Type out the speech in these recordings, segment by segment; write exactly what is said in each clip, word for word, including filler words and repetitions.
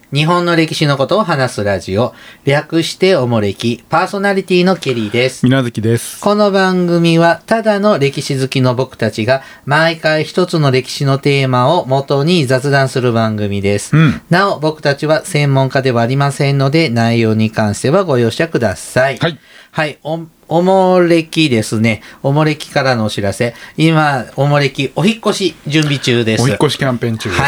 日本の歴史のことを話すラジオ、略しておもれき、パーソナリティのケリーです。 みなずきです。 この番組はただの歴史好きの僕たちが毎回一つの歴史のテーマを元に雑談する番組です。 うん、 なお僕たちは専門家ではありませんので、内容に関してはご容赦ください。 はい。 はい、お、おもれきですね。おもれきからのお知らせ。今、おもれきお引越し準備中です。 お引越しキャンペーン中です。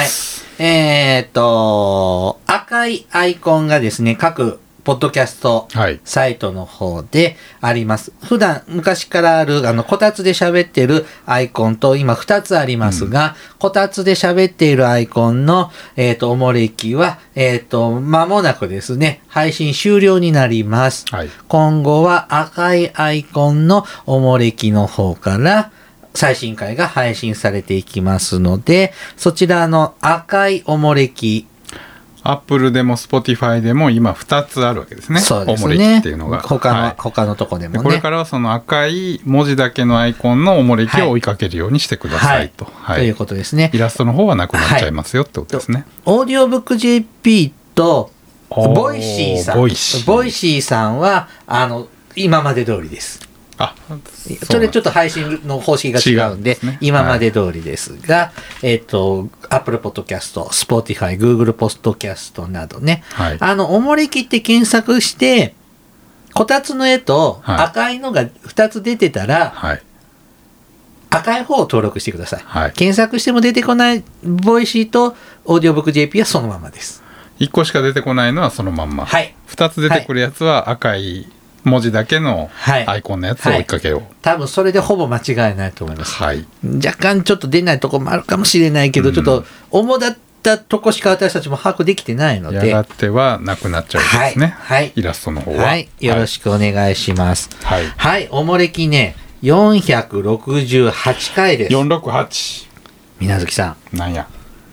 はい。えーっと、赤いアイコンがですね、各ポッドキャストサイトの方であります。はい、普段、昔からある、あの、こたつで喋ってるアイコンと今ふたつありますが、うん、こたつで喋っているアイコンの、えーっと、おもれきは、えーっと、間もなくですね、配信終了になります。はい、今後は赤いアイコンのおもれきの方から、最新回が配信されていきますので、そちらの赤いおもれき、 アップルでも Spotify でも今ふたつあるわけですね。 そうですね。 おもれきっていうのが。 他の、 はい、 他のとこでもね。 これからはその赤い文字だけのアイコンのおもれきを追いかけるようにしてくださいと。 はいはい、ということですね。 イラストの方はなくなっちゃいますよってことですね。 はい、オーディオブック ジェーピー とボイシーさん。 ボイシー。 ボイシーさんは、あの、今まで通りです。 あ、 それちょっと配信の方式が違うんで、ね、今まで通りですが、はい、えっ、ー、と、Apple Podcast、Spotify、Google Podcast などね、はい、あの、おもれきって検索して、こたつの絵と赤いのがふたつ出てたら、はい、赤い方を登録してください。はい、検索しても出てこないボイシーと オーディオブック ジェーピー はそのままです。 いっこしか出てこないのはそのまんま。はい、ふたつ出てくるやつは赤い文字だけのアイコンのやつを追いかけよう、はいはい、多分それでほぼ間違いないと思います、はい、若干ちょっと出ないところもあるかもしれないけど、うん、ちょっと主だったとこしか私たちも把握できてないので、やがてはなくなっちゃうんですね、はい、イラストの方は、 はい、よろしくお願いします。はい、はい、おもれきねよんひゃくろくじゅうはちかいです。 よんひゃくろくじゅうはち。 みなずきさん、なんや、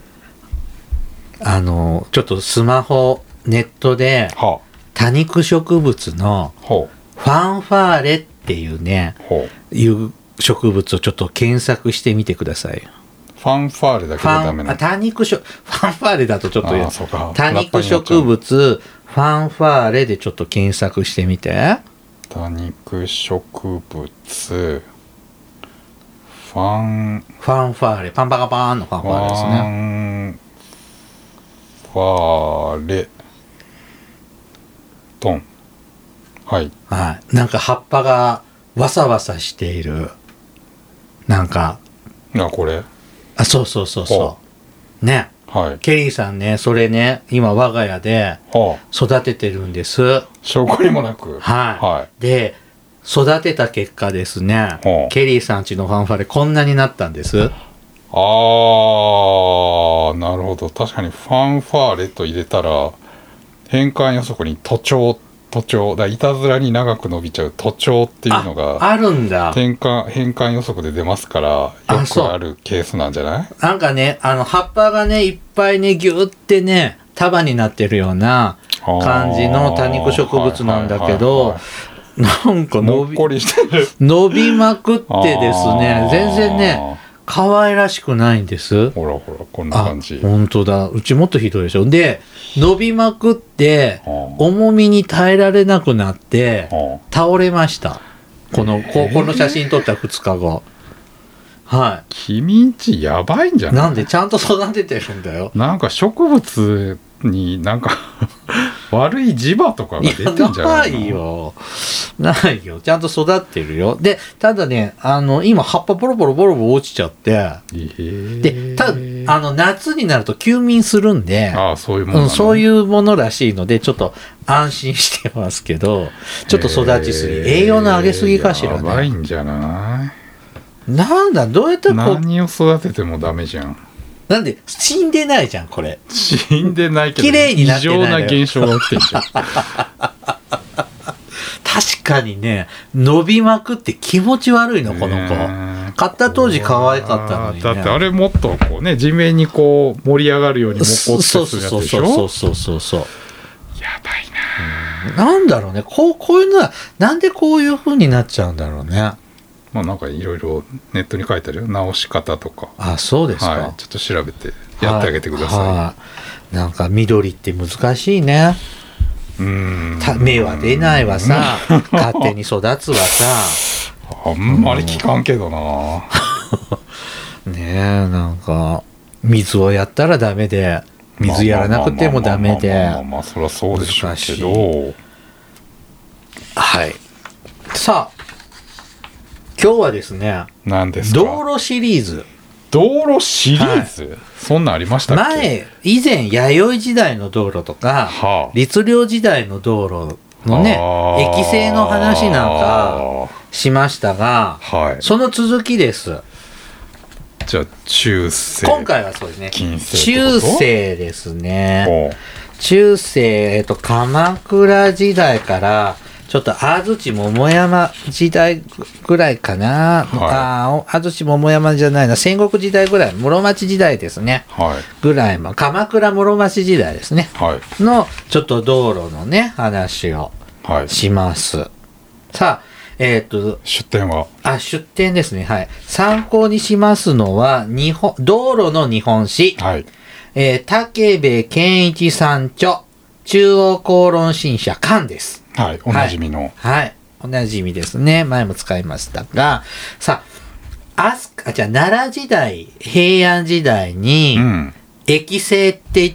あのちょっとスマホネットで、はあ、多肉植物のファンファーレっていうね、いう植物をちょっと検索してみてください。 ファンファーレだけでダメなの？ 多肉植ファンファーレだとちょっとや多肉植物ファンファーレでちょっと検索してみて。 多肉植物ファンファンファーレパンパカパーンのファンファーレですね。 ファンファーレトン、はい、 はい、なんか葉っぱがわさわさしている、なんかあ、これ、 あ、そうそうそうそうね、はい、ケリーさんね、それね今我が家で育ててるんです。 証拠にもなく、 はい、はい、で育てた結果ですね、ケリーさんちのファンファレこんなになったんです。 あー、なるほど。確かにファンファーレと入れたら変換予測に徒長徒長だ、いたずらに長く伸びちゃう徒長っていうのがあ, あるんだ。 変換変換予測で出ますから、よくあるケースなんじゃない？ なんかね、あの葉っぱがねいっぱいねギュってね束になってるような感じの多肉植物なんだけど、なんか伸びもっこりしてる伸びまくってですね、全然ね可愛らしくないんです。 ほらほら、こんな感じ。 本当だ、うちもっとひどいでしょ。で伸びまくって重みに耐えられなくなって倒れました。この、ここの写真撮ったふつかご。はい。 君んちやばいんじゃない？ なんでちゃんと育ててるんだよ。 なんか植物になんか悪い磁場とかが出てんじゃないの？ ないよ。ないよ。ちゃんと育ってるよ。で、ただね、あの、今葉っぱボロボロボロボロ落ちちゃって、えー、で、ただ、あの、夏になると休眠するんで、 ああ、そういうものなの？ うん、そういうものらしいので、ちょっと安心してますけど、ちょっと育ちすぎ、えー、栄養の上げすぎかしらね。 やばいんじゃない？ なんだ、どうやってこう何を育ててもダメじゃん。 なんで死んでないじゃんこれ。 死んでないけど綺麗になってない、 異常な現象が起きてるじゃん確かにね、伸びまくって気持ち悪いのこの子。買った当時可愛かったのにね。 だってあれもっとこうね、地面にこう盛り上がるようにもこってするやつでしょ。 そうそうそうそうそう。 やばいな、うん。なんだろうね、こうこういうのはなんでこういう風になっちゃうんだろうね。 まあなんかいろいろネットに書いてあるよ、直し方とか。 あ、そうですか。 はい、ちょっと調べてやってあげてください、はいはい、なんか緑って難しいね。 うーん芽は出ないわさ勝手に育つわさあんまり聞かんけどな、 うん、ねえなんか水をやったらダメで水やらなくてもダメでまあまあそりゃそうでしょうけど、 はいさあ今日はですね何ですか道路シリーズ道路シリーズ、はい、そんなんありましたっけ。 前以前弥生時代の道路とか、はあ、律令時代の道路のね駅制の話なんかしましたが、はい、その続きです。 じゃあ中世今回はそうですね中世ですね。中世、えっと、鎌倉時代からちょっと安土桃山時代ぐらいかな、はい、あ安土桃山じゃないな戦国時代ぐらい室町時代ですね、はい、ぐらいも鎌倉室町時代ですね、はい、のちょっと道路のね話をします、はい、さあえっと出典はあ出典ですねはい参考にしますのは日本道路の日本史、はいえー、武部健一さん著中央公論新社巻です。 はい、おなじみの。 はい、はい、おなじみですね。前も使いましたが、さあ、あすか、じゃあ奈良時代、平安時代に、うん、駅制って言って、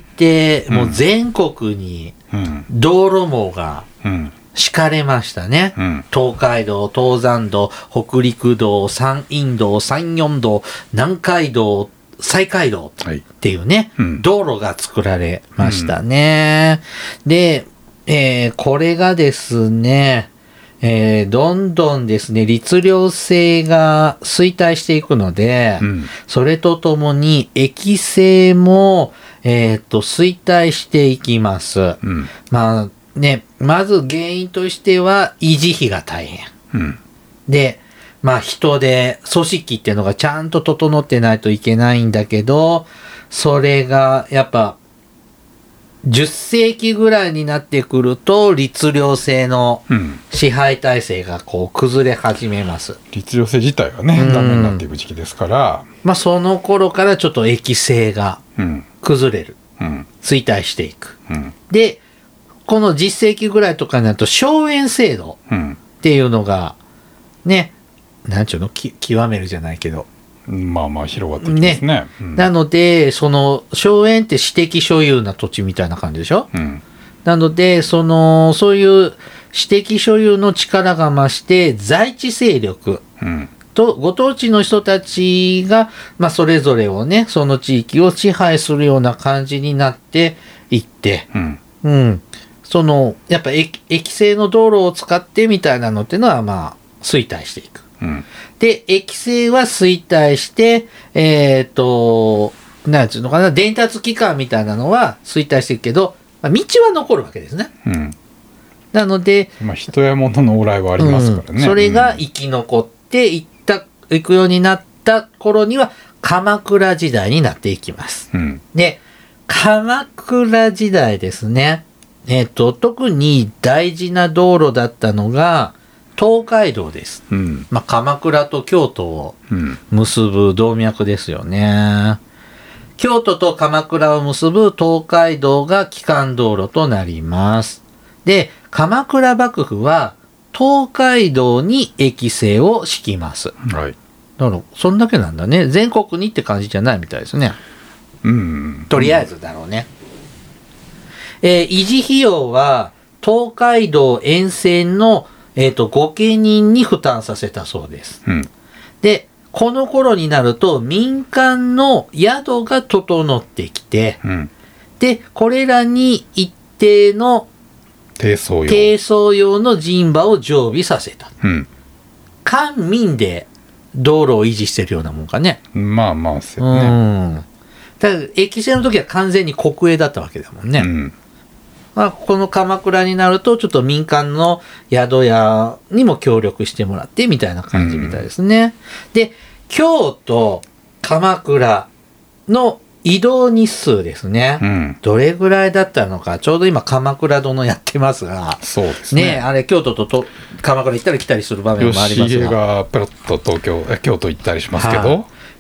もう全国に道路網が敷かれましたね。うん、東海道、東山道、北陸道、山陰道、山陽道、南海道、西海道っていうね、はいうん、道路が作られましたね。うん、で、えー、これがですね、えー、どんどんですね、律令制が衰退していくので、うん、それとともに駅制も、えー、と衰退していきます。うん、まあね、まず原因としては維持費が大変。うん、で、まあ人で組織っていうのがちゃんと整ってないといけないんだけど、それがやっぱじゅっ世紀ぐらいになってくると律令制の支配体制がこう崩れ始めます。 律令制自体がね、うん、ダメになっていく時期ですから、 まあその頃からちょっと駅制が崩れる、うん、衰退していく、うん、でこのじゅっ世紀ぐらいとかになると荘園制度っていうのがね、なんちゅうのき極めるじゃないけどまあまあ広がってきますね。ねうん、なのでその荘園って私的所有な土地みたいな感じでしょ。うん、なのでそのそういう私的所有の力が増して在地勢力とご当地の人たちが、まあ、それぞれをねその地域を支配するような感じになっていって、うんうん、そのやっぱ駅、駅制の道路を使ってみたいなのっていうのはまあ衰退していく。うん、で駅制は衰退してえっ、ー、となんつうのかな伝達機関みたいなのは衰退してるけど、まあ、道は残るわけですね。うん、なので、 まあ、人や物の往来はありますからね、 うん、それが生き残っていったいくようになった頃には鎌倉時代になっていきます。うん、で鎌倉時代ですね、えーと、特に大事な道路だったのが東海道です。うん、まあ、鎌倉と京都を結ぶ動脈ですよね。京都と鎌倉を結ぶ東海道が基幹道路となります。で、鎌倉幕府は東海道に駅制を敷きます。はい。だからそんだけなんだね。全国にって感じじゃないみたいですね。うん。とりあえずだろうね。えー、維持費用は東海道沿線のえっと、御家人に負担させたそうです。うん、で、この頃になると民間の宿が整ってきて、うん、で、これらに一定の低層用、 低層用の人馬を常備させた。うん、官民で道路を維持してるようなもんかね。 まあまあですよね。うん。 ただ、駅制の時は完全に国営だったわけだもんね。うんまあ、この鎌倉になるとちょっと民間の宿屋にも協力してもらってみたいな感じみたいですね。うん、で京都鎌倉の移動日数ですね、うん、どれぐらいだったのかちょうど今鎌倉殿やってますがそうですね、 ねあれ京都とと鎌倉行ったり来たりする場面もありますが吉家がペロッと東京京都行ったりしますけど、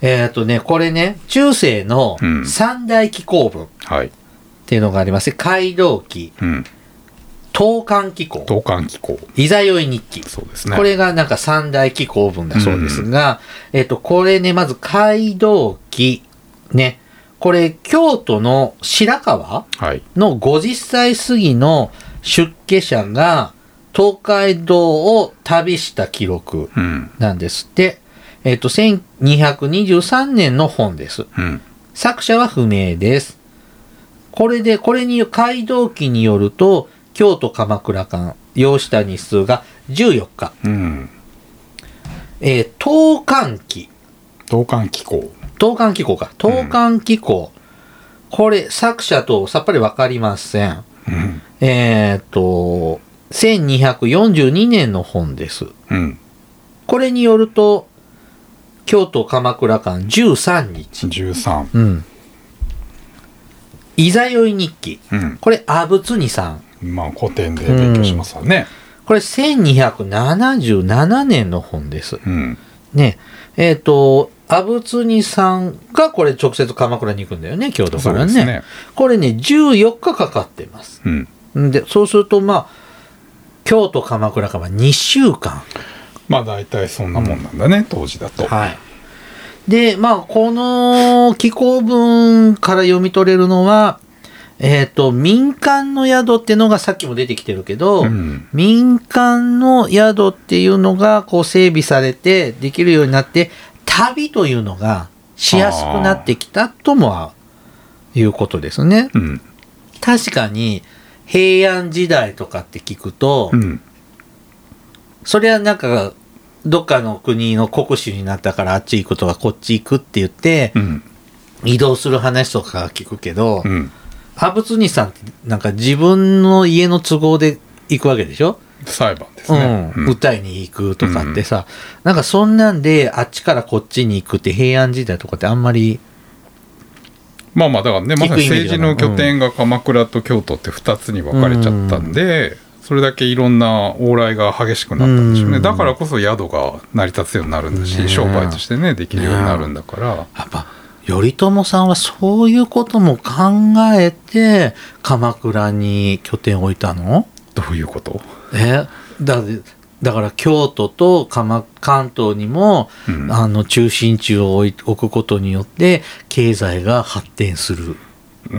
えっとね、これね、中世の三大紀行文っていうのがあります。街道記、うん、東漢紀行、 東漢紀行、 いざよい日記。 そうですね。 これがなんか三大紀行文だそうですが、うん、えっと、これね、まず街道記、ね、これ京都の白河のごじゅっさい過ぎの出家者が東海道を旅した記録なんですって。うんえっと、せんにひゃくにじゅうさんねんの本です。うん、作者は不明です。これで、これに、街道記によると、京都鎌倉間、要した日数がじゅうよっか。うん、えー、東漢記。 東漢紀行。 東漢紀行か。東漢紀行。うん、これ、作者とさっぱりわかりません。うん、えっと、せんにひゃくよんじゅうにねんの本です。うん、これによると、京都鎌倉間じゅうさんにち。 じゅうさん。 うん。いざよい日記。うん、これ、阿仏二さん。 まあ、古典で勉強しますわね、 うん。これ、せんにひゃくななじゅうななねんの本です。うん、ね。えっ、ー、と、阿仏二さんがこれ直接鎌倉に行くんだよね、京都からね。そうですね。これね、じゅうよっかかかってます。うん。で、そうすると、まあ、京都鎌倉間はにしゅうかん。 まあ大体そんなもんなんだね、うん、当時だと。 はい。で、まあこの紀行文から読み取れるのは、えっと、民間の宿っていうのがさっきも出てきてるけど、うん、民間の宿っていうのがこう整備されてできるようになって、旅というのがしやすくなってきたともいうことですね。うん、確かに平安時代とかって聞くと、うんそれはなんかどっかの国の国主になったからあっち行くとかこっち行くって言って、うん、移動する話とか聞くけど、うん、阿仏二さんってなんか自分の家の都合で行くわけでしょ。 裁判ですね、 うんうん、訴えに行くとかってさ、うん、なんかそんなんであっちからこっちに行くって平安時代とかってあんまりまあまあだからねまさに政治の拠点が鎌倉と京都ってふたつに分かれちゃったんで、うんそれだけいろんな往来が激しくなったんでしょうね。だからこそ宿が成り立つようになるんだし、ね、商売としてねできるようになるんだから、ね、 やっぱ頼朝さんはそういうことも考えて鎌倉に拠点を置いたの？ どういうこと？ えだだから京都と鎌関東にも、うん、あの中心地を置くことによって経済が発展する。 うん、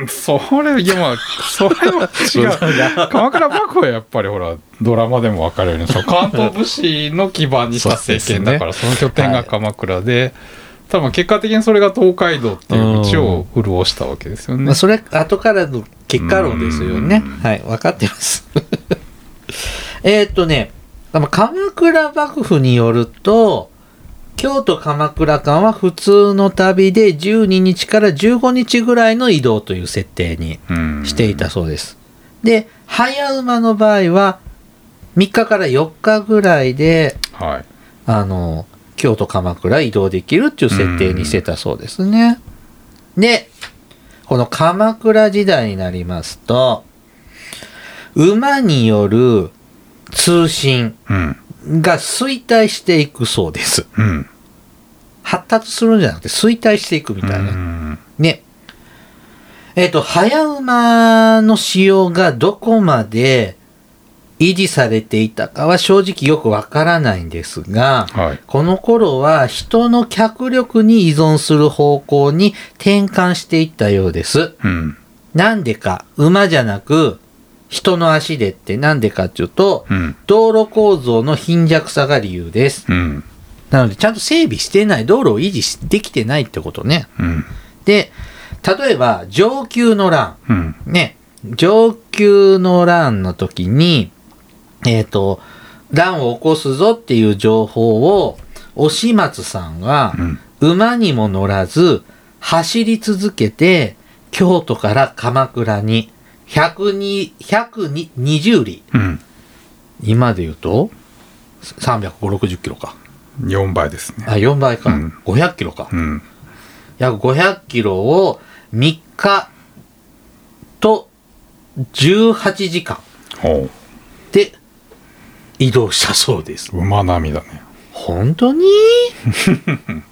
それいやまあそれは違う鎌倉幕府はやっぱりほらドラマでも分かるようにその関東武士の基盤にした政権だからそ,、ね、その拠点が鎌倉で、はい、多分結果的にそれが東海道っていう道を潤したわけですよね、 まあ、それ後からの結果論ですよねはい分かってますえっとね鎌倉幕府によると京都鎌倉間は普通の旅でじゅうににちからじゅうごにちぐらいの移動という設定にしていたそうです。で、早馬の場合はみっかからよっかぐらいで、はい、あの京都鎌倉移動できるっていう設定にしてたそうですね。で、この鎌倉時代になりますと、馬による通信、うんが衰退していくそうです、うん、発達するんじゃなくて衰退していくみたいなねえっと早馬の使用がどこまで維持されていたかは正直よくわからないんですが、はい、この頃は人の脚力に依存する方向に転換していったようです、うん、なんでか馬じゃなく人の足でってなんでかっていうと、うん、道路構造の貧弱さが理由です、うん、なのでちゃんと整備してない道路を維持できてないってことね、うん、で例えば承久の乱、うん、ね承久の乱の時にえっと乱を起こすぞっていう情報を押松さんが馬にも乗らず走り続けて京都から鎌倉にひゃくにじゅう里、うん、今で言うとさんびゃくろくじゅっキロかよんばいですねあよんばいか、うん、ごひゃっキロか、うん、約ごひゃっキロをみっかとじゅうはちじかんで移動したそうです。 馬並みだね本当に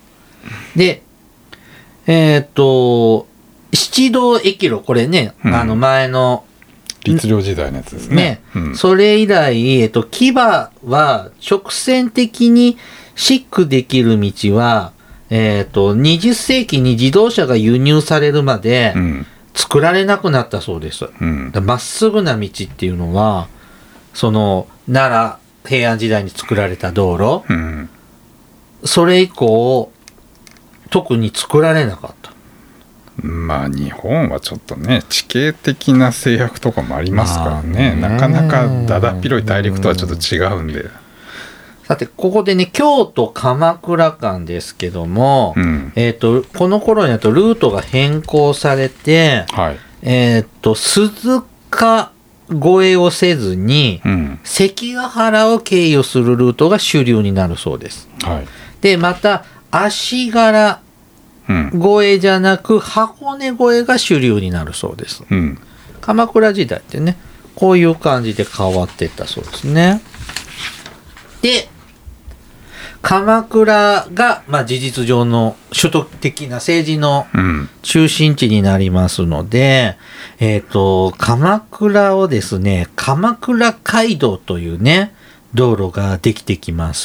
で、えっ、ー、と、七道駅路、これね、うん、あの前の、 律令時代のやつですね。 ね、うん、それ以来、えっ、ー、と、騎馬は直線的にシックできる道は、えっ、ー、と、にじゅっせいきに自動車が輸入されるまで作られなくなったそうです。ま、うん、っすぐな道っていうのは、その、奈良、平安時代に作られた道路、うん、それ以降、特に作られなかった。 まあ日本はちょっとね地形的な制約とかもありますからね、まあ、ねなかなかだだっ広い大陸とはちょっと違うんで、 さてここでね京都鎌倉間ですけども、うん、えーと、この頃になるとルートが変更されて、はい、えーと鈴鹿越えをせずに、うん、関ヶ原を経由するルートが主流になるそうです、はい、でまた足柄越えじゃなく箱根越えが主流になるそうです、うん、鎌倉時代ってねこういう感じで変わっていったそうですね。で鎌倉が、まあ、事実上の首都的な政治の中心地になりますので、うん、えっと鎌倉をですね鎌倉街道というね道路ができてきます。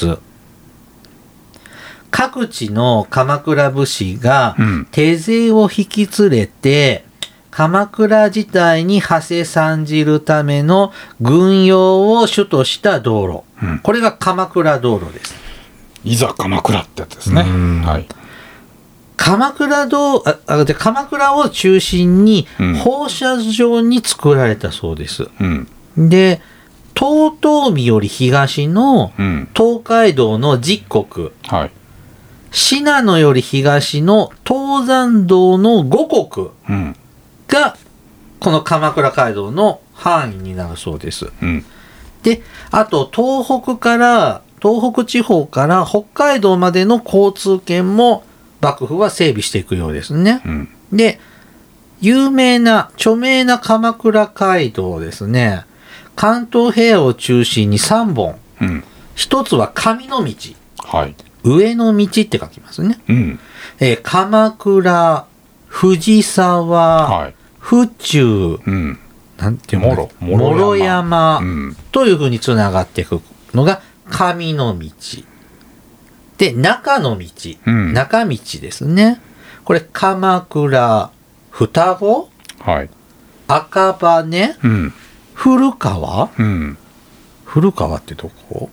各地の鎌倉武士が手勢を引き連れて、うん、鎌倉時代に馳せ参じるための軍用を主とした道路、うん、これが鎌倉道路です。 いざ鎌倉ってやつですね、はい、 鎌倉道あで鎌倉を中心に放射状に作られたそうです、うん、で遠江より東の東海道の十国、はい、信濃より東の東山道の五国がこの鎌倉街道の範囲になるそうです、うん、であと東北から東北地方から北海道までの交通圏も幕府は整備していくようですね、うん、で有名な著名な鎌倉街道ですね関東平野を中心にさんぼん、うん、ひとつは上の道、はい上の道って書きますね、うんえー、鎌倉藤沢、はい、府中、うん、なんていうの諸山、うん、というふうにつながっていくのが上の道で中の道、うん、中道ですねこれ鎌倉双子、はい、赤羽、うん、古川、うん、古川ってどこ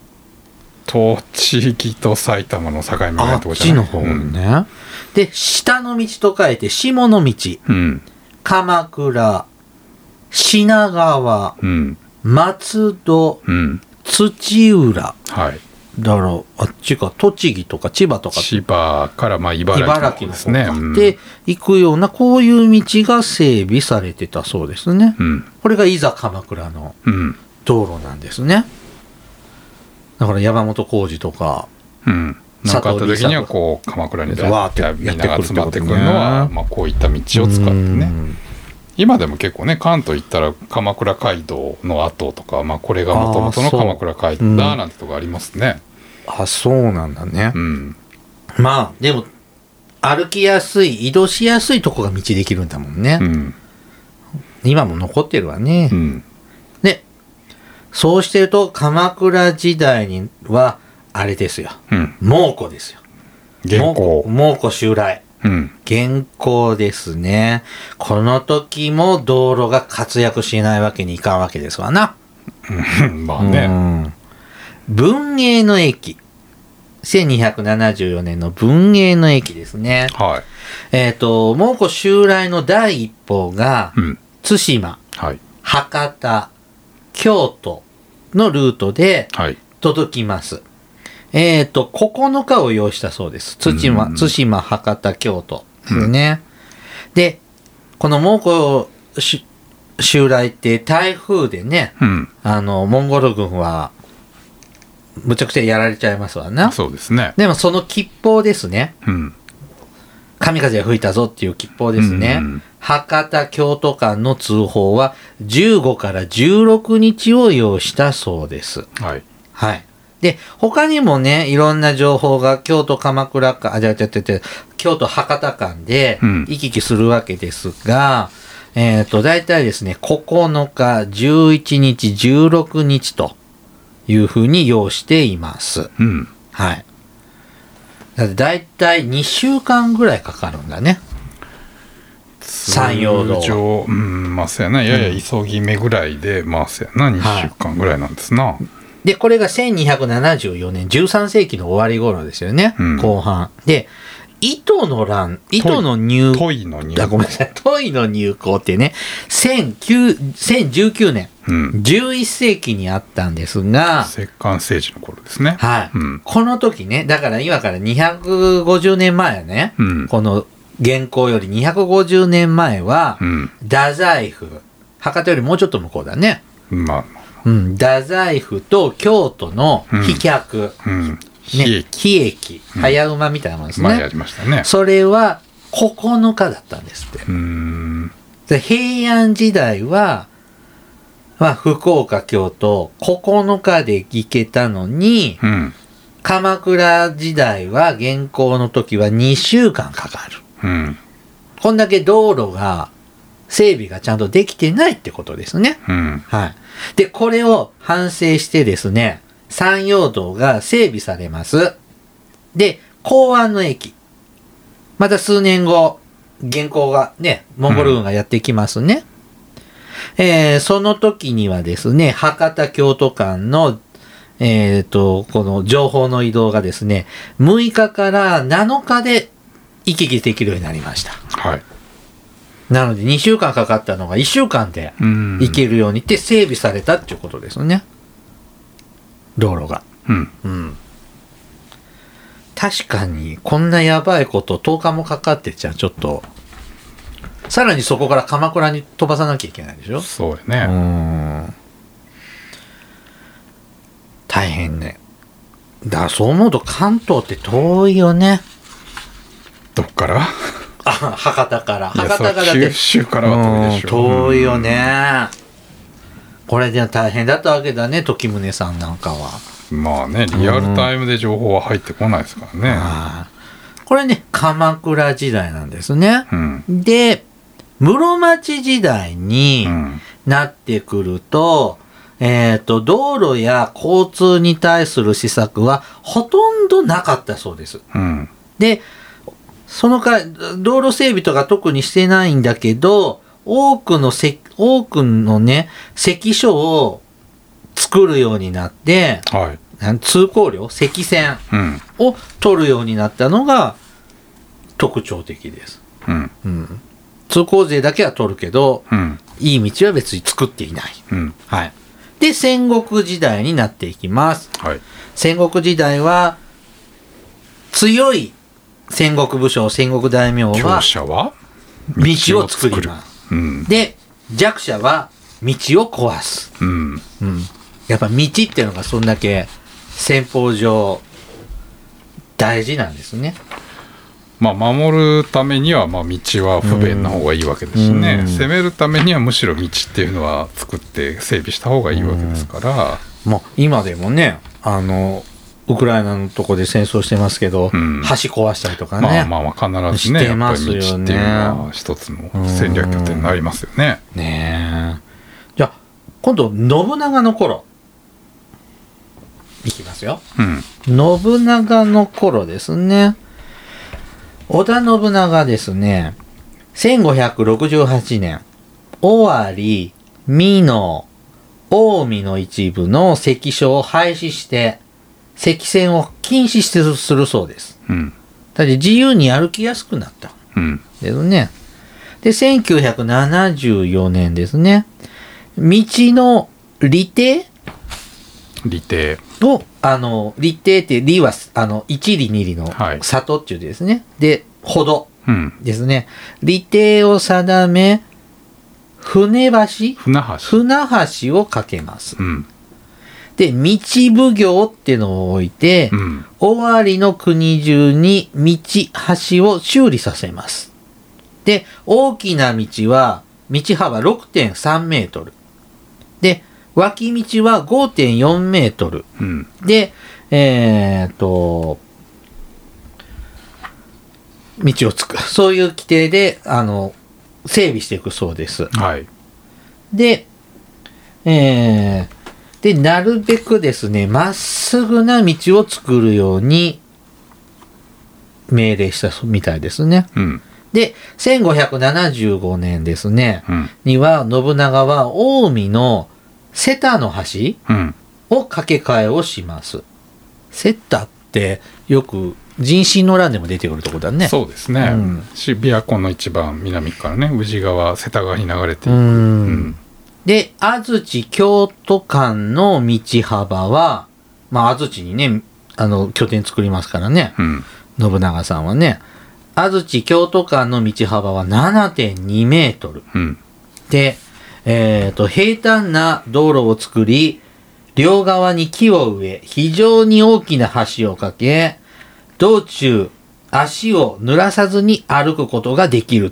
栃木と埼玉の境目のとこじゃない。あっちの方ね、うん、 で下の道と書いて下の道、うん、鎌倉品川、うん、松戸、うん、土浦、はい、だからあっちか栃木とか千葉とか千葉からまあ茨城の方ですね、 茨城の方で行くようなこういう道が整備されてたそうですね、うん、これがいざ鎌倉の道路なんですね。だから山本浩二とか、 うん、なんかあった時にはこう鎌倉にわーってみんなが集まってくるのは、まあ、こういった道を使ってね今でも結構ね関東行ったら鎌倉街道の跡とか、まあ、これがもともとの鎌倉街道だなんてとこありますね。 あ、そうなんだね、うん、まあでも歩きやすい移動しやすいとこが道できるんだもんね、うん、今も残ってるわね、うんそうしてると鎌倉時代にはあれですよ、うん、蒙古ですよ。 元寇蒙古襲来、うん、元寇ですね。この時も道路が活躍しないわけにいかんわけですわな。 まあね、うん、 文永の駅せんにひゃくななじゅうよねんの文永の駅ですね、はいえー、と蒙古襲来の第一報が、うん、対馬、はい、博多京都のルートで届きます、はい、えっ、ー、とここのかを用意したそうです。対馬、対馬博多京都ですね、うん、でこの蒙古襲来って台風でね、うん、あのモンゴル軍はむちゃくちゃやられちゃいますわな。 そうですね。 でもその吉報ですね、うん、神風が吹いたぞっていう吉報ですね、うんうん、博多京都間の通報はじゅうごからじゅうろくにちを要したそうです。はい。はい。 で、他にもね、いろんな情報が京都鎌倉間、あ、じゃじゃじゃじゃ、京都博多間で行き来するわけですが、うん、えっと、大体ですね、ここのか、じゅういちにち、じゅうろくにちというふうに要しています。 うん。 はい。だいたいにしゅうかんぐらいかかるんだね。山陽道は。うん、まあそうやな、やや急ぎ目ぐらいで、うん、まあそうやな、にしゅうかんぐらいなんですな。はい、 で、これがせんにひゃくななじゅうよねん、じゅうさんせいきの終わり頃ですよね、うん、後半。で、糸の乱、糸の入港。問いの入港。 あ、ごめんなさい、問いの入港ってね、せんじゅうきゅうねん、うん、じゅういっせいきにあったんですが、 摂関政治の頃ですね。 はい、うん。この時ね、だから今からにひゃくごじゅうねんまえね、うん、この現行よりにひゃくごじゅうねんまえは、うん、太宰府、博多よりもうちょっと向こうだね。 まあ、 うん、太宰府と京都の飛脚、うんうん、ね、飛駅、早馬みたいなもんですね。 前やりましたね。 それはここのかだったんですって。うーん、で平安時代は、まあ、福岡、京都、ここのかで行けたのに、うん、鎌倉時代は現行の時はにしゅうかんかかる。うん、こんだけ道路が整備がちゃんとできてないってことですね。うん、はい。で、これを反省してですね、山陽道が整備されます。で、弘安の駅。また数年後、現行がね、モンゴル軍がやってきますね。うん、えー、その時にはですね、博多京都間のえっと、この情報の移動がですね、むいかからなのかで行き来できるようになりました。 はい。 なのでにしゅうかんかかったのがいっしゅうかんで行けるようにって整備されたっていうことですね。道路が。うん。うん。確かに、こんなやばいこととおかもかかってちゃちょっと、さらにそこから鎌倉に飛ばさなきゃいけないでしょ。 そうやね。うん。 大変ね。だからそう思うと関東って遠いよね。 どっから？ あ、博多から。博多からだって九州からは遠いでしょ。 遠いよね。これで大変だったわけだね、時宗さんなんかは。 まあね、リアルタイムで情報は入ってこないですからね。 うん、これね、鎌倉時代なんですね。うん、で、室町時代になってくると、うん、えっと、道路や交通に対する施策はほとんどなかったそうです。うん、で、そのか、道路整備とか特にしてないんだけど、多くのせ、多くのね、関所を作るようになって、はい、通行料、積線を取るようになったのが特徴的です。うんうん、通行税だけは取るけど、うん、いい道は別に作っていない。うんはい、で、戦国時代になっていきます。はい、戦国時代は、強い戦国武将、戦国大名は、 強者は道を作ります。うん、で、弱者は道を壊す。うんうん、やっぱ道っていうのがそんだけ戦法上大事なんですね。 まあ守るためにはまあ道は不便な方がいいわけですしね、うん、攻めるためにはむしろ道っていうのは作って整備した方がいいわけですから、 うん、もう今でもね、あのウクライナのとこで戦争してますけど、うん、橋壊したりとかね、 まあまあまあ必ずね、やっぱり道っていうのは一つの戦略拠点になりますよね。 うん、ねえ。じゃあ今度信長の頃いきますよ。うん、信長の頃ですね。織田信長ですね。せんごひゃくろくじゅうはちねん、尾張、美濃、近江の一部の関所を廃止して関線を禁止するそうです。うん、だって自由に歩きやすくなった。うん、ですね。で、せんきゅうひゃくななじゅうよねんですね。道の利定利定を、あの、利定って、利は、あの、一里二里の里っていうですね。はい、で、ほどですね。うん、利定を定め、船橋船橋船橋を架けます。うん、で、道奉行っていうのを置いて、うん、尾張の国中に道橋を修理させます。で、大きな道は、道幅 ろくてんさんメートル。で、脇道は ごてんよんメートル。うん、で、 えー、っと、道をつく、そういう規定で、あの、整備していくそうです。 はい。 で、えー、で、なるべくですね、まっすぐな道を作るように命令したみたいですね。 うん、 で、せんごひゃくななじゅうごねんですね、 うん、 には、信長は近江の瀬田の橋を架け替えをします。瀬田ってよく人心の乱でも出てくるところだね。 そうですね。うん、琵琶湖の一番南からね、宇治川、瀬田川に流れていく。 うん、で、安土京都間の道幅は、まあ安土にね、あの拠点作りますからね、 うん、 信長さんはね、安土京都間の道幅は ななてんにメートル、 うん、 で、えーと、平坦な道路を作り、両側に木を植え、非常に大きな橋を架け、道中足を濡らさずに歩くことができるって、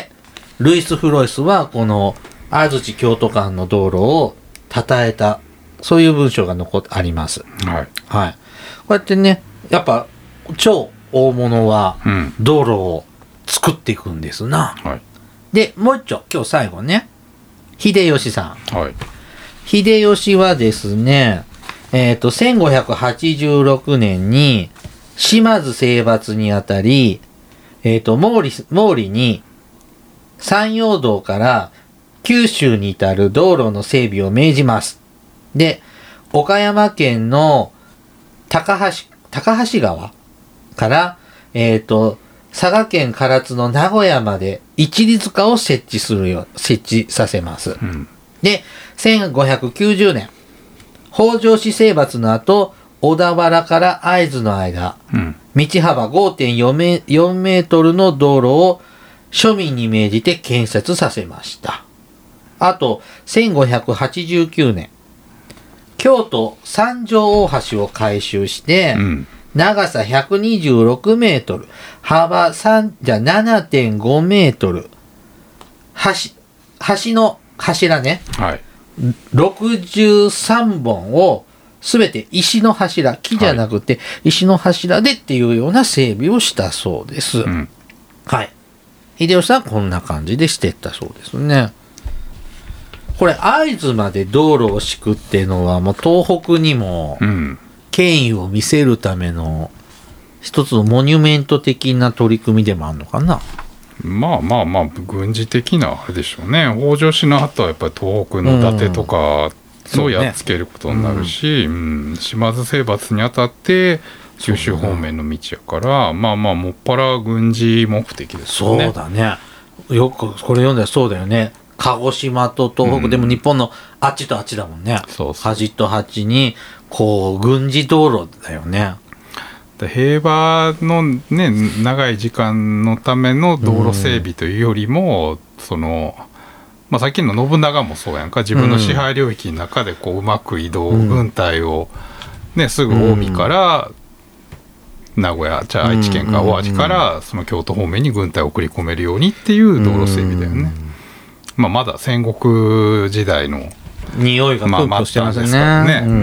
ルイス・フロイスはこの安土京都間の道路を称えた、そういう文章が残ってあります。 はい。 はい。こうやってね、やっぱ超大物は道路を作っていくんですな。 うん、はい。 で、もう一丁、今日最後ね、秀吉さん。はい。 秀吉はですね、えっと、せんごひゃくはちじゅうろくねんに島津征伐にあたり、えっと、毛利、毛利に山陽道から九州に至る道路の整備を命じます。で、岡山県の高橋、高橋川から、えっと、佐賀県唐津の名古屋まで一律化を設置するよ、設置させます。 うん、 で、せんごひゃくきゅうじゅうねん、北条氏征伐の後、小田原から会津の間、 うん、 道幅 ごてんよん メ, よんメートルの道路を庶民に命じて建設させました。あと、せんごひゃくはちじゅうきゅうねん、京都三条大橋を改修して、うん、長さひゃくにじゅうろくメートル、幅3じゃ ななてんごメートル、橋、橋の柱ね、 はい、 ろくじゅうさんぼんをすべて石の柱、木じゃなくて石の柱でっていうような整備をしたそうです。うん、はい。秀吉さんはこんな感じでしていったそうですね。これ会津まで道路を敷くっていうのはもう東北にも権威を見せるための一つのモニュメント的な取り組みでもあるのかな。 まあまあまあ軍事的なあれでしょうね。北条氏の後はやっぱり東北の伊達とかをやっつけることになるし、うんうんうん、島津征伐にあたって九州方面の道やから、ね、まあまあもっぱら軍事目的ですよね。 そうだね。よくこれ読んだらそうだよね。鹿児島と東北、うん、でも日本のあっちとあっちだもんね。 そうそう、 端と端にこう軍事道路だよね。 平和のね長い時間のための道路整備というよりも、うん、そのまあさっきの信長もそうやんか、自分の支配領域の中でこううまく移動、うん、軍隊をねすぐ近江から名古屋、じゃあ愛知県か淡路からその京都方面に軍隊を送り込めるようにっていう道路整備だよね。うん、まあ、まだ戦国時代の匂いがプンプンしてますね。 まあ、ね、うん、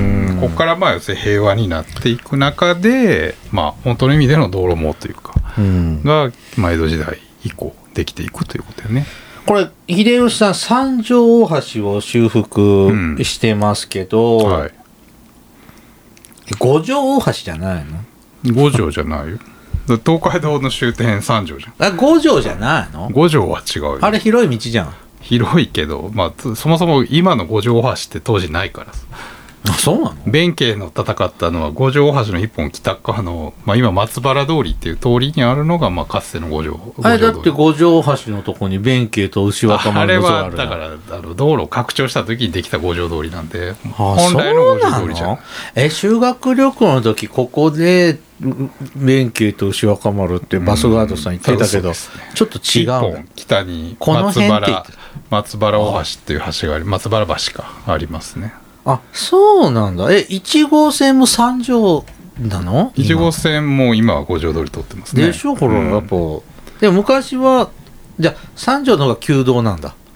ここからまあ要するに平和になっていく中で、まあ、本当の意味での道路網というか、うん、が、まあ、江戸時代以降できていくということだよね。 これ秀吉さん三条大橋を修復してますけど、うん、はい、五条大橋じゃないの？ 五条じゃないよ。東海道の終点三条じゃん。 あ、五条じゃないの？ 五条は違うよ。 あれ広い道じゃん。 広いけど、まあ、そもそも今の五条大橋って当時ないからさ。 あ、そうなの？ 弁慶の戦ったのは五条大橋の一本北側の、まあ、今松原通りっていう通りにあるのが、まあ、かつての五条。 あれだって五条大橋のとこに弁慶と牛若丸の像ある。 あれはだからあの道路を拡張した時にできた五条通りなんで、本来の五条通りじゃん。 え、修学旅行の時ここで弁慶と牛若丸ってバスガードさん言ってたけど、うん、そうそう、ね、ちょっと違う。 一本北に松原松原大橋っていう橋があり、松原橋かありますね。 あ、そうなんだ。え、いち号線も三条なの？ いち号線も今は五条通り通ってますね。 でしょ、ほら、うん、やっぱ。でも昔はじゃあ三条の方が旧道なんだ。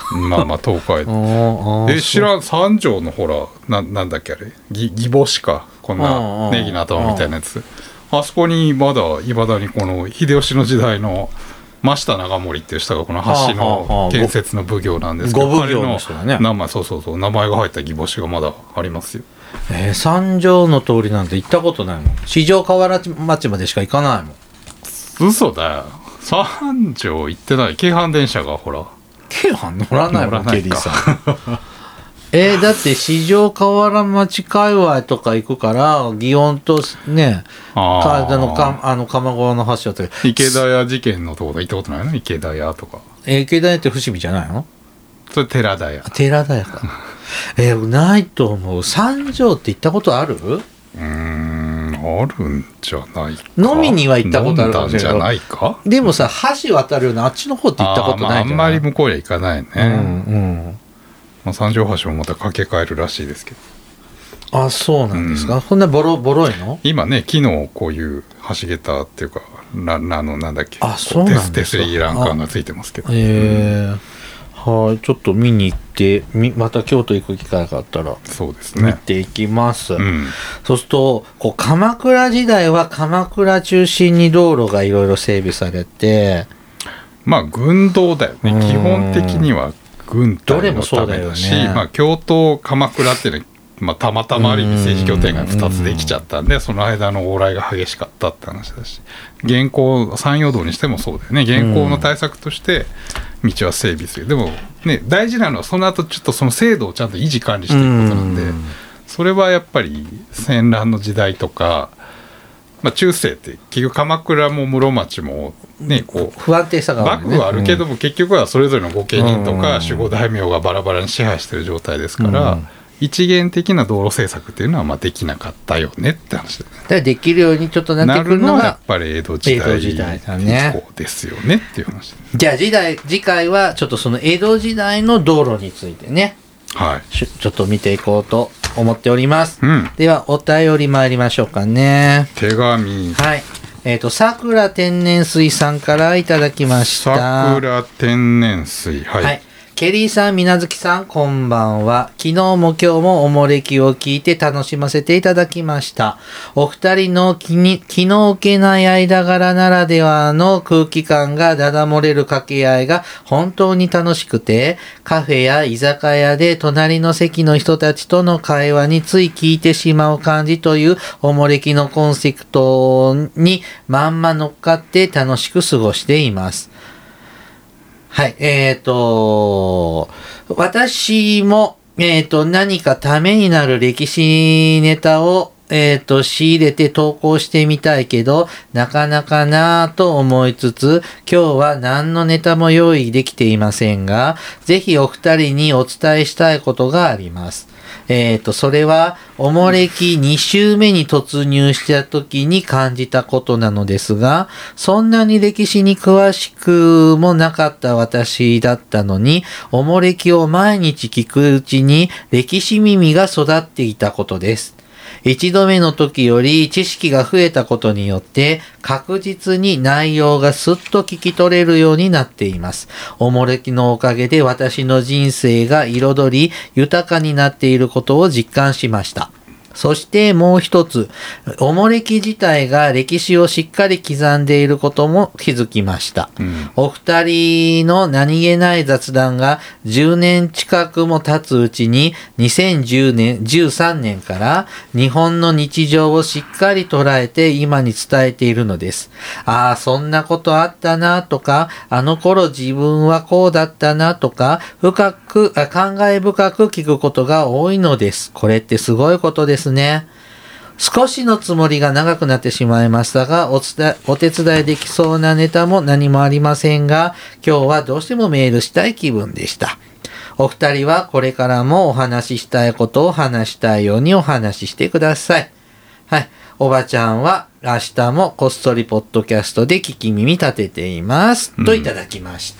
まあまあ東海道え知らん三条のほら な, なんだっけあれぎ義母子かこんなネギの頭みたいなやつあそこにまだいまだにこの秀吉の時代の真下長森っていう人がこの橋の建設の奉行なんですけど、 ご奉行の人だね、 名前そうそうそう名前が入った義母子がまだありますよ。 えー、三条の通りなんて行ったことないもん。四条河原町までしか行かないもん。嘘だよ。三条行ってない。京阪電車がほら京阪乗らないもんケリーさんえー、だって四条河原町界隈とか行くから祇園とねあのかあの蒲郷の橋渡り池田屋事件のところ行ったことないの池田屋とか、 えー、池田屋って伏見じゃないの？ それ寺田屋寺田屋かえー、ないと思う。三条って行ったことある？ うーんあるんじゃないか。 飲みには行ったことあるかもしれない。 飲んだんじゃないか。 でもさ橋渡るようなあっちの方って行ったことないんじゃない？ あ,、まあ、あんまり向こうには行かないね。 うんうんまあ、三条橋もまた架け替えるらしいですけど。あそうなんですか、うん、こんなボロボロいの？ 今ね昨日こういう橋桁っていうかななのなんだっけあそうなんですか。 手すり欄干がついてますけど。 へえーうん、はいちょっと見に行ってまた京都行く機会があったらそうですね見ていきます。 うん、 そうするとこう鎌倉時代は鎌倉中心に道路がいろいろ整備されてまあ軍道だよね基本的には。軍隊のためだし、 ねまあ、京都鎌倉っていうのは、まあ、たまたまある意味政治拠点がふたつできちゃったんでその間の往来が激しかったって話だし現行山陽道にしてもそうだよね現行の対策として道は整備するでも、ね、大事なのはその後ちょっとその制度をちゃんと維持管理していくことなんでそれはやっぱり戦乱の時代とか、まあ、中世って結局鎌倉も室町もね、こう不安定さがある、ね、 幕府はあるけども、うん、結局はそれぞれの御家人とか守護大名がバラバラに支配している状態ですから、うん、一元的な道路政策っていうのはまあできなかったよねって話だよね。 だからできるようにちょっとなってくるのがなるのはやっぱり江戸時代時代だね。 ですよねっていう話、ね、 じゃあ次代次回はちょっとその江戸時代の道路についてね、 はい、 ちょっと見ていこうと思っております、 うん、 ではお便り参りましょうかね。 手紙はいえっ、ー、と、さくら天然水さんからいただきました。 さくら天然水。はい。はい。 ケリーさん、みなずきさん、こんばんは。昨日も今日もおもれきを聞いて楽しませていただきました。お二人の気に気の置けない間柄ならではの空気感がだだ漏れる掛け合いが本当に楽しくて、カフェや居酒屋で隣の席の人たちとの会話につい聞いてしまう感じというおもれきのコンセプトにまんま乗っかって楽しく過ごしています。はい、えっと、私も、えっと、何かためになる歴史ネタを、えっと、仕入れて投稿してみたいけど、なかなかなぁと思いつつ、今日は何のネタも用意できていませんが、ぜひお二人にお伝えしたいことがあります。えっと、それは、おもれきに週目に突入した時に感じたことなのですが、そんなに歴史に詳しくもなかった私だったのに、おもれきを毎日聞くうちに歴史耳が育っていたことです。一度目の時より知識が増えたことによって確実に内容がスッと聞き取れるようになっています。おもれきのおかげで私の人生が彩り豊かになっていることを実感しました。そしてもう一つ、おもれき自体が歴史をしっかり刻んでいることも気づきました。うん、お二人の何気ない雑談がじゅうねん近くも経つうちににせんじゅうねん、じゅうさんねんから日本の日常をしっかり捉えて今に伝えているのです。ああ、そんなことあったなとか、あの頃自分はこうだったなとか、深く、あ、感慨深く聞くことが多いのです。これってすごいことです。ですね。少しのつもりが長くなってしまいましたが、お伝え、お手伝いできそうなネタも何もありませんが、今日はどうしてもメールしたい気分でした。お二人はこれからもお話ししたいことを話したいようにお話ししてください。はい。おばちゃんは明日もこっそりポッドキャストで聞き耳立てています。うん、といただきました。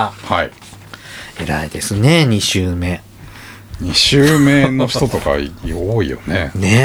はい。 偉いですね、に週目。 に週目の人とか多いよね。 ね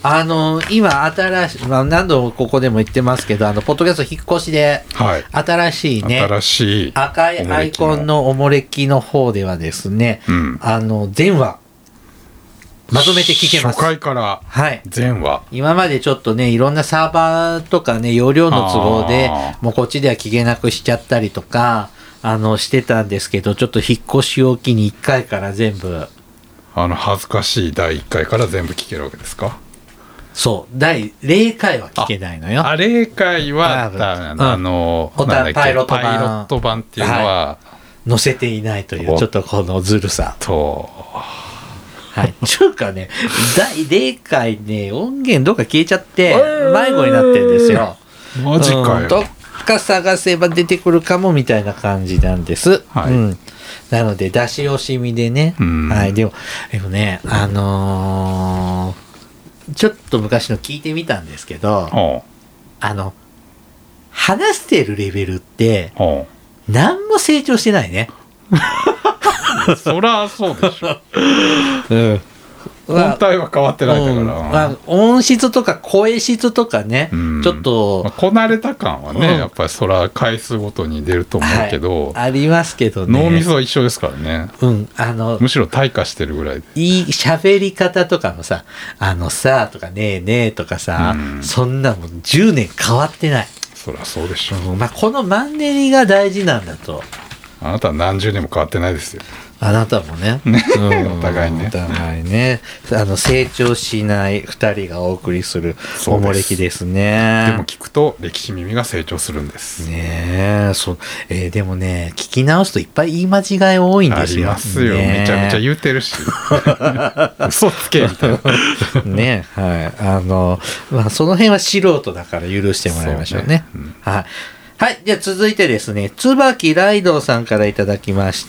あの今新しい、まあ、何度もここでも言ってますけど、あのポッドキャスト引っ越しで、はい、新しいね新しい赤いアイコンのおもれきの方ではですね、うん、あの全話まとめて聞けます。 初回から全話、はい、 今までちょっとねいろんなサーバーとかね容量の都合でもうこっちでは聞けなくしちゃったりとかあのしてたんですけど、ちょっと引っ越しを機にいっかいから全部あの恥ずかしいだいいっかいから全部聞けるわけですか？ そうだいゼロかいは聞けないのよ。 あゼロかいはあ、うん、あのなんだっけパイロット版、パイロット版っていうのは、はい、載せていないというちょっとこのずるさとはい、ちゅうかねだいゼロかいね音源どっか消えちゃって迷子になってるんですよ。 マジかよ、うん、 どっか探せば出てくるかもみたいな感じなんです、はい、うん、なので出し惜しみでね、はい、でもでもねあのーちょっと昔の聞いてみたんですけど、あの話してるレベルって何も成長してないね。 そらそうでしょ、うん、本体は変わってないんだから、うんまあ、 音質とか声質とかね、うん、ちょっと、 まあ、こなれた感はね、うん、やっぱりそら回数ごとに出ると思うけど、 はい、ありますけどね、 脳みそは一緒ですからね、 うん、あのむしろ退化してるぐらいでいい喋り方とかもさあのさとかねえねえとかさ、うん、そんなもんじゅうねん変わってない。 そりゃそうでしょう、 うんまあ、このマンネリが大事なんだと。 あなたは何十年も変わってないですよ。 あなたもね、 ねうん、お互いねお互いねあの成長しないふたりがお送りするおもれきですね。 でも聞くと歴史耳が成長するんですねえそう、えー、でもね聞き直すといっぱい言い間違い多いんですよ。 ありますよ、ね、めちゃめちゃ言うてるし嘘つけみたいなねはいあの、まあ、その辺は素人だから許してもらいましょうね。うね、うん、はいはい。じゃあ続いてですね、椿ライドウさんからいただきました。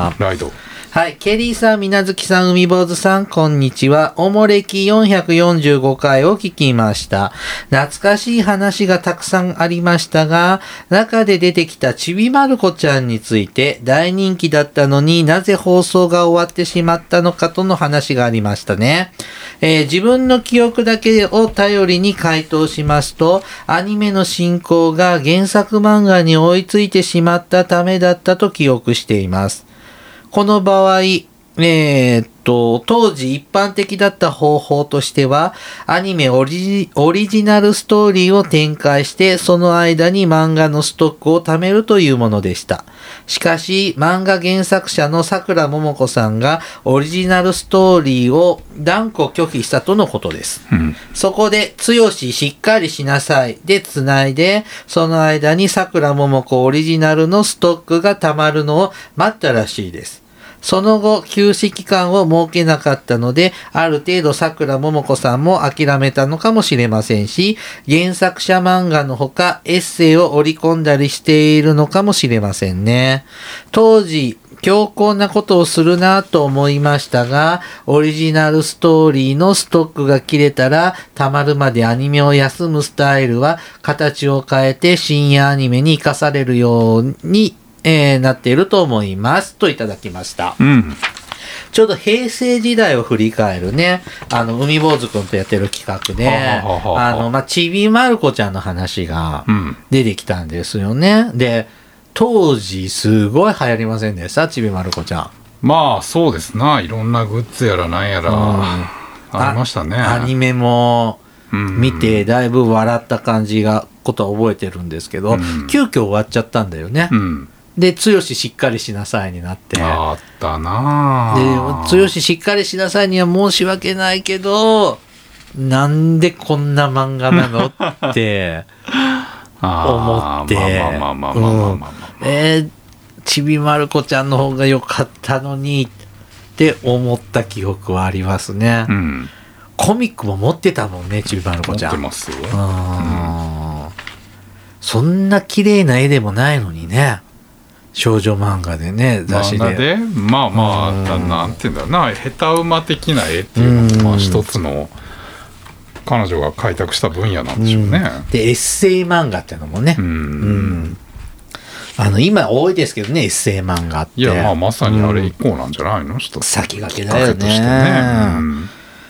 ライドウ。 はい。ケリーさん、みなずきさん、海坊主さん、こんにちは。おもれきよんひゃくよんじゅうごかいを聞きました。懐かしい話がたくさんありましたが、中で出てきたちびまる子ちゃんについて大人気だったのになぜ放送が終わってしまったのかとの話がありましたね。えー、自分の記憶だけを頼りに回答しますと、アニメの進行が原作漫画に追いついてしまったためだったと記憶しています。この場合、えー、っと、当時一般的だった方法としては、アニメオリ、オリジナルストーリーを展開して、その間に漫画のストックを貯めるというものでした。しかし、漫画原作者の桜桃子さんがオリジナルストーリーを断固拒否したとのことです。うん、そこで、つよししっかりしなさいでつないで、その間に桜桃子オリジナルのストックが貯まるのを待ったらしいです。その後、休止期間を設けなかったので、ある程度桜桃子さんも諦めたのかもしれませんし、原作者漫画のほかエッセイを織り込んだりしているのかもしれませんね。当時、強硬なことをするなと思いましたが、オリジナルストーリーのストックが切れたら、たまるまでアニメを休むスタイルは、形を変えて深夜アニメに生かされるように、えー、なっていると思いますといただきました、うん、ちょうど平成時代を振り返るねあの海坊主くんとやってる企画であの、まあ、ちびまる子ちゃんの話が出てきたんですよね、うん、で当時すごい流行りませんでしたちびまる子ちゃん。 まあそうですな、いろんなグッズやらなんやら、うん、ありましたね。 アニメも見てだいぶ笑った感じがことは覚えてるんですけど、うん、急遽終わっちゃったんだよね、うんで、つよししっかりしなさいになって。 あったなぁ。 で、つよししっかりしなさいには申し訳ないけど、なんでこんな漫画なのって思って。まあまあまあまあまあまあまあまあ。えー、ちびまる子ちゃんの方が良かったのにって思った記憶はありますね。うん、コミックも持ってたもんね、ちびまる子ちゃん。 持ってますよ。 うん。そんな綺麗な絵でもないのにね。少女漫画でね雑誌で漫画でまあまあなんていうんだろうな下手馬的な絵っていうのもまあ一つの彼女が開拓した分野なんでしょうね。 うん、でエッセイ漫画っていうのもね、うんうん、あの今多いですけどねエッセイ漫画って。 いやまあまさにあれ以降なんじゃないの、うん、 先駆けだよね。きっかけとしてね、うん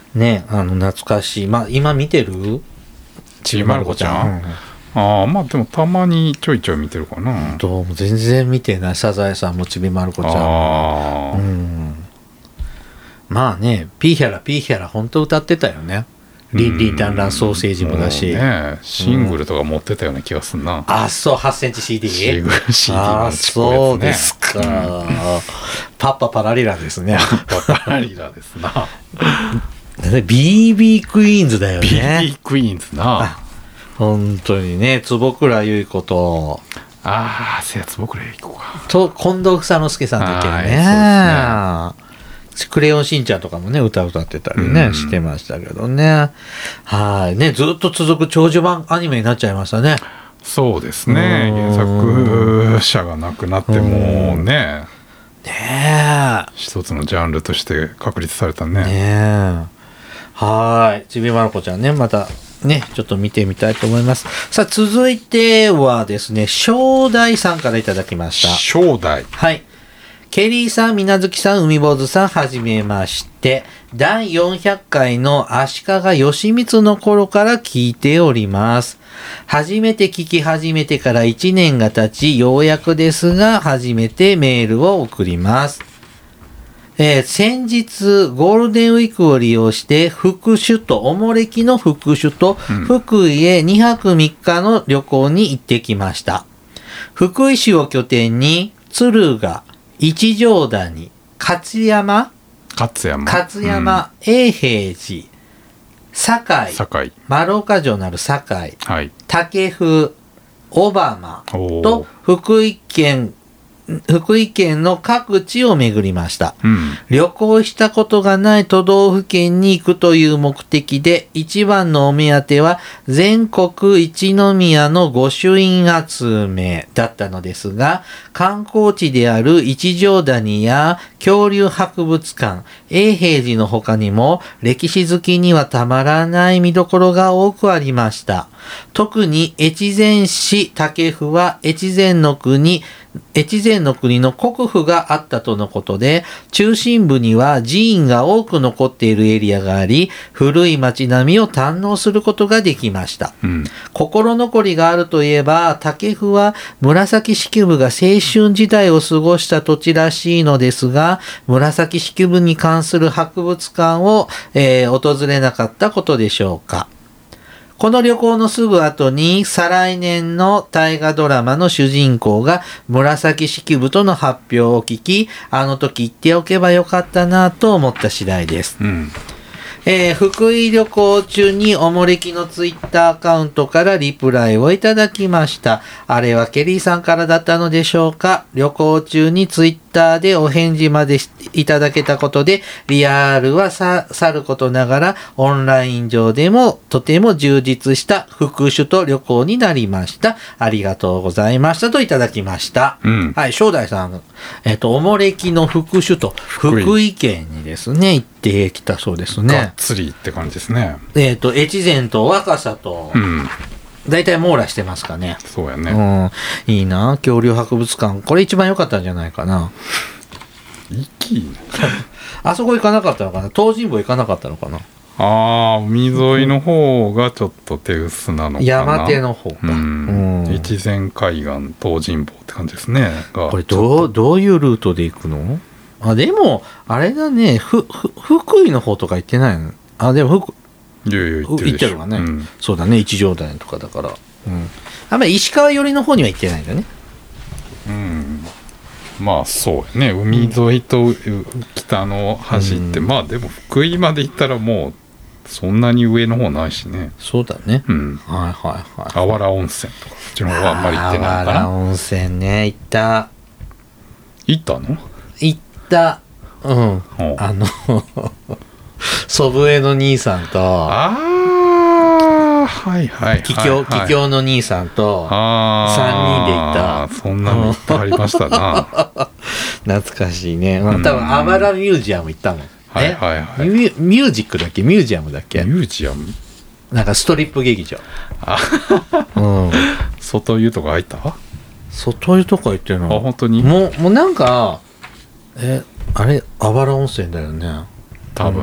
ね、あの懐かしい。まあ今見てる？ ちびまる子ちゃん。うん、ああまあでもたまにちょいちょい見てるかな。 どうも全然見てない。サザエさんもちびまる子ちゃんも。ああ。うん。まあね、ピーヒャラピーヒャラ本当歌ってたよね。リンリンランランソーセージもだし、 ね、シングルとか持ってたような気がするな、 うん、あそうはちセンチ シーディー? シングル シーディーあそうですか、うん、パッパパラリラですねパッパパラリラですなビービー クイーンズだよねビービー クイーンズな本当にね坪倉優子とああせや坪倉優子かと近藤房之助さんだっけねクレヨンしんちゃんとかもね歌歌ってたりね、うん、してましたけどねはいねずっと続く長寿版アニメになっちゃいましたねそうですね原作者がなくなってもうねねえ一つのジャンルとして確立されたねねえはいちびまる子ちゃんねまたねちょっと見てみたいと思いますさあ続いてはですね正代さんからいただきました正代はいケリーさん、みなずきさん、海坊主さん、はじめまして。だいよんひゃっかいの足利義満の頃から聞いております。初めて聞き始めてからいちねんが経ち、ようやくですが、初めてメールを送ります。えー、先日、ゴールデンウィークを利用して、福州と、おもれきの福州と、福井へにはくみっかの旅行に行ってきました。福井市を拠点に、敦賀、一条谷、勝山、 勝山、 勝山、うん、永平寺、堺、 堺、 丸岡城なる堺、 はい、 武生、小浜と福井県福井県の各地を巡りました、うん、旅行したことがない都道府県に行くという目的で一番のお目当ては全国一宮の御朱印集めだったのですが観光地である一条谷や恐竜博物館永平寺の他にも歴史好きにはたまらない見どころが多くありました特に越前市武生は越前の国越前の国の国府があったとのことで中心部には寺院が多く残っているエリアがあり古い街並みを堪能することができました、うん、心残りがあるといえば武生は紫式部が青春時代を過ごした土地らしいのですが紫式部に関する博物館を、えー、訪れなかったことでしょうかこの旅行のすぐ後に再来年の大河ドラマの主人公が紫式部との発表を聞きあの時言っておけばよかったなと思った次第です、うんえー、福井旅行中におもれきのツイッターアカウントからリプライをいただきましたあれはケリーさんからだったのでしょうか旅行中にツイッターでお返事までいただけたことでリアルはさ去ることながらオンライン上でもとても充実した復習と旅行になりましたありがとうございましたといただきました、うん、はい正代さんえっとおもれきの復習と福井県にですね行ってきたそうですねがっつりって感じですねえっと越前と若狭と、うんだいたい網羅してますかね。 そうやね。 うん、いいな恐竜博物館これ一番良かったんじゃないかな。 いきあそこ行かなかったのかな東尋坊行かなかったのかな。 ああ海沿いの方がちょっと手薄なのかな。 山手の方か。うんうん、越前海岸東尋坊って感じですね。 これどうどういうルートで行くの？あでもあれだねふふ福井の方とか行ってないの？あでも福いやいや行ってるでしょ。 行ってるわね、うん、そうだね一条谷とかだから、うん、あんまり石川寄りの方には行ってないんだねうんまあそうね海沿いと北の走って、うん、まあでも福井まで行ったらもうそんなに上の方ないしねそうだね、 うん、 はいはいはいあわら温泉とかこっちの方はあんまり行ってないかな。 あわら温泉ね行った行ったの？ 行ったうんあの祖父江の兄さんとああはいはい桔梗桔梗の兄さんとさんにんで行ったそんなのいっぱいありましたな懐かしいね、まあ、多分あばらミュージアム行ったもん、 はいはいはい、 ミュ、ミュージックだっけミュージアムだっけミュージアムなんかストリップ劇場あ、うん、外湯とか入った外湯とか行ってるのあ本当にもう、もうなんかえあれあばら温泉だよね多分ね、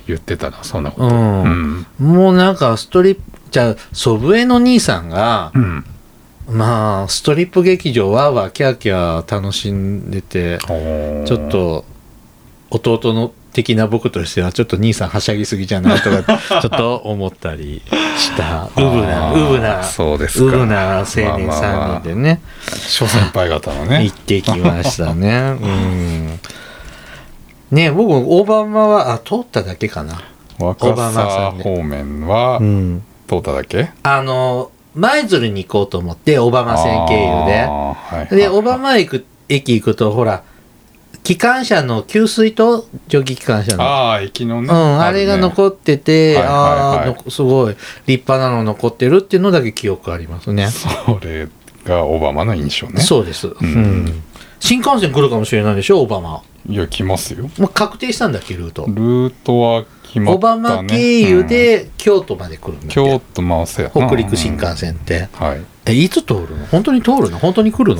言ってたなそんなこと、うんうん、もうなんかストリップじゃあ祖父江の兄さんが、うん、まあストリップ劇場わーわーキャーキャー楽しんでてちょっと弟の的な僕としてはちょっと兄さんはしゃぎすぎじゃないとかちょっと思ったりしたうぶなうぶなそうですかうぶな青年さんにんでね、 まあまあ、諸先輩方のね行ってきましたねうんね僕オバマはあ通っただけかな若狭方面は、うん、通っただけあの舞鶴に行こうと思ってオバマ線経由で、はい、でオバマ行く駅行くとほら機関車の給水塔蒸気機関車のああ駅のね、 うん、あれが残ってて、はいはいはい、ああすごい立派なの残ってるっていうのだけ記憶ありますね。 それがオバマの印象ね。 そうです、うんうん、新幹線来るかもしれないでしょオバマ。 いや来ますよ。 もう確定したんだっけルート。 ルートは決まったね。 オバマ経由で京都まで来るんだっけ、 京都回せやな北陸新幹線って、 うんはい、 えいつ通るの本当に通るの本当に来るの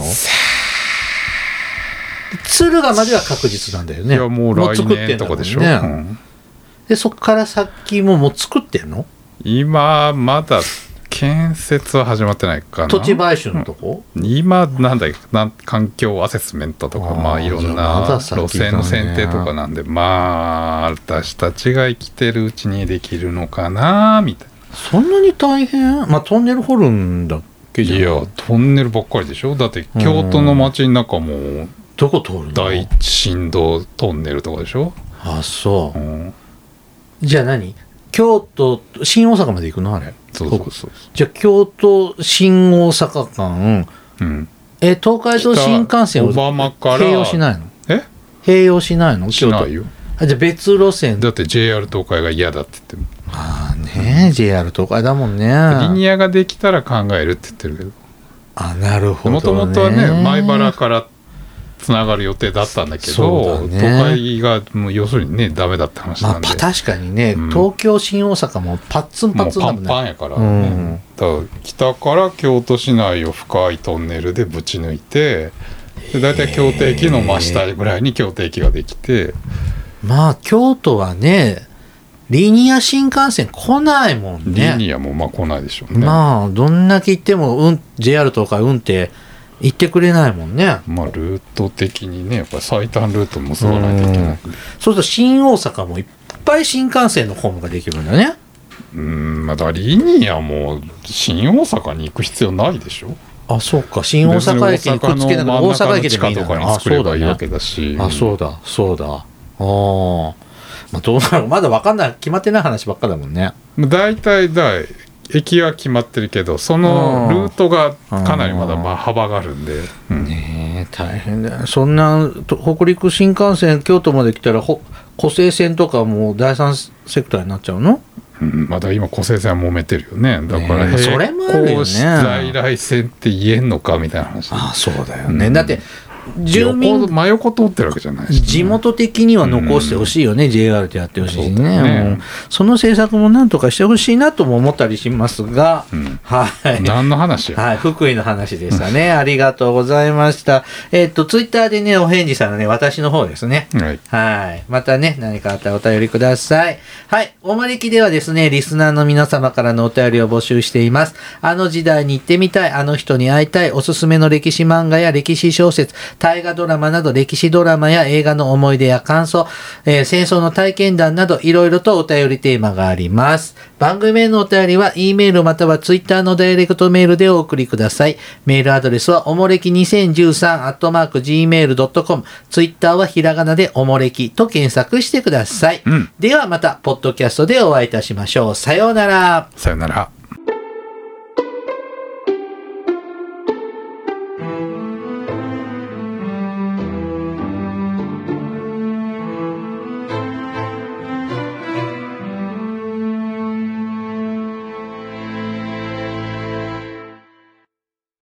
敦賀までは確実なんだよね。 いやもう来年とかでしょ、ねうん、 でそっから先ももう作ってんの今まだ建設は始まってないかな。 土地買収のとこ、 うん、今なんだっけな環境アセスメントとかまあいろんな路線の選定とかなんでまあ私たちが生きてるうちにできるのかなみたいな。 そんなに大変まあトンネル掘るんだっけじゃん。 いやトンネルばっかりでしょ。だって京都の街の中もどこ通るの第一新道トンネルとかでしょ。 あそう、うん、じゃあ何京都新大阪まで行くのあれ。 そうそうそう。 じゃあ京都新大阪間、うん、え東海道新幹線を併用しないの。 え併用しないのしないよ。 あじゃあ別路線だって ジェイアール 東海が嫌だって言ってもああね、うん、ジェイアール 東海だもんね。 リニアができたら考えるって言ってるけど。 あなるほどね。 もともとはね米原からつながる予定だったんだけど、ね、東海がもう要するにねダメだって話なんで、 まあ、確かにね、うん、東京新大阪もパッツンパッツンだもんね。 もうパンパンやから、ねうん、だから北から京都市内を深いトンネルでぶち抜いてでだいたい京都駅の真下ぐらいに京都駅ができて、 まあ京都はねリニア新幹線来ないもんね。 リニアもまあ来ないでしょうね。 まあどんだけ行っても、うん、ジェイアール とか運って行ってくれないもんね。 まあルート的にねやっぱり最短ルートも結ばないといけない。 そうすると新大阪もいっぱい新幹線のホームができるんだね。 うんまあだからリニアも新大阪に行く必要ないでしょ。 あそうか新大阪駅にくっつけながら大阪駅でもいいとかに作ればいいわけだし。 あそうだそうだ。ああまあ、どうなるまだ分かんない決まってない話ばっかだもんね。 大体だい駅は決まってるけどそのルートがかなりまだまあ幅があるんで、 うん、ねえ大変だよ。そんな北陸新幹線京都まで来たら湖西線とかもう第三セクターになっちゃうの、 うん、まだ今湖西線は揉めてるよね。だから並行在来線って言えんのかみたいな話。 ああそうだよね、うん、だって住民真横通ってるわけじゃないし、 ね、地元的には残してほしいよね、うん、ジェイアール でやってほしい ね, ね、うん、その政策もなんとかしてほしいなとも思ったりしますが、うん、はい、 何の話や、 はい、福井の話でしたねありがとうございました。えっとツイッターでねお返事さんのね私の方ですね、はい、はいまたね何かあったらお便りください。はいおまりきではですねリスナーの皆様からのお便りを募集しています。あの時代に行ってみたい、あの人に会いたい、おすすめの歴史漫画や歴史小説、大河ドラマなど歴史ドラマや映画の思い出や感想、えー、戦争の体験談などいろいろとお便りテーマがあります。番組へのお便りは E メールまたは Twitter のダイレクトメールでお送りください。メールアドレスはおもれきにせんじゅうさん アットマーク ジーメール ドットコム、 Twitter はひらがなでおもれきと検索してください、うん、ではまたポッドキャストでお会いいたしましょう。さようなら。 さようなら。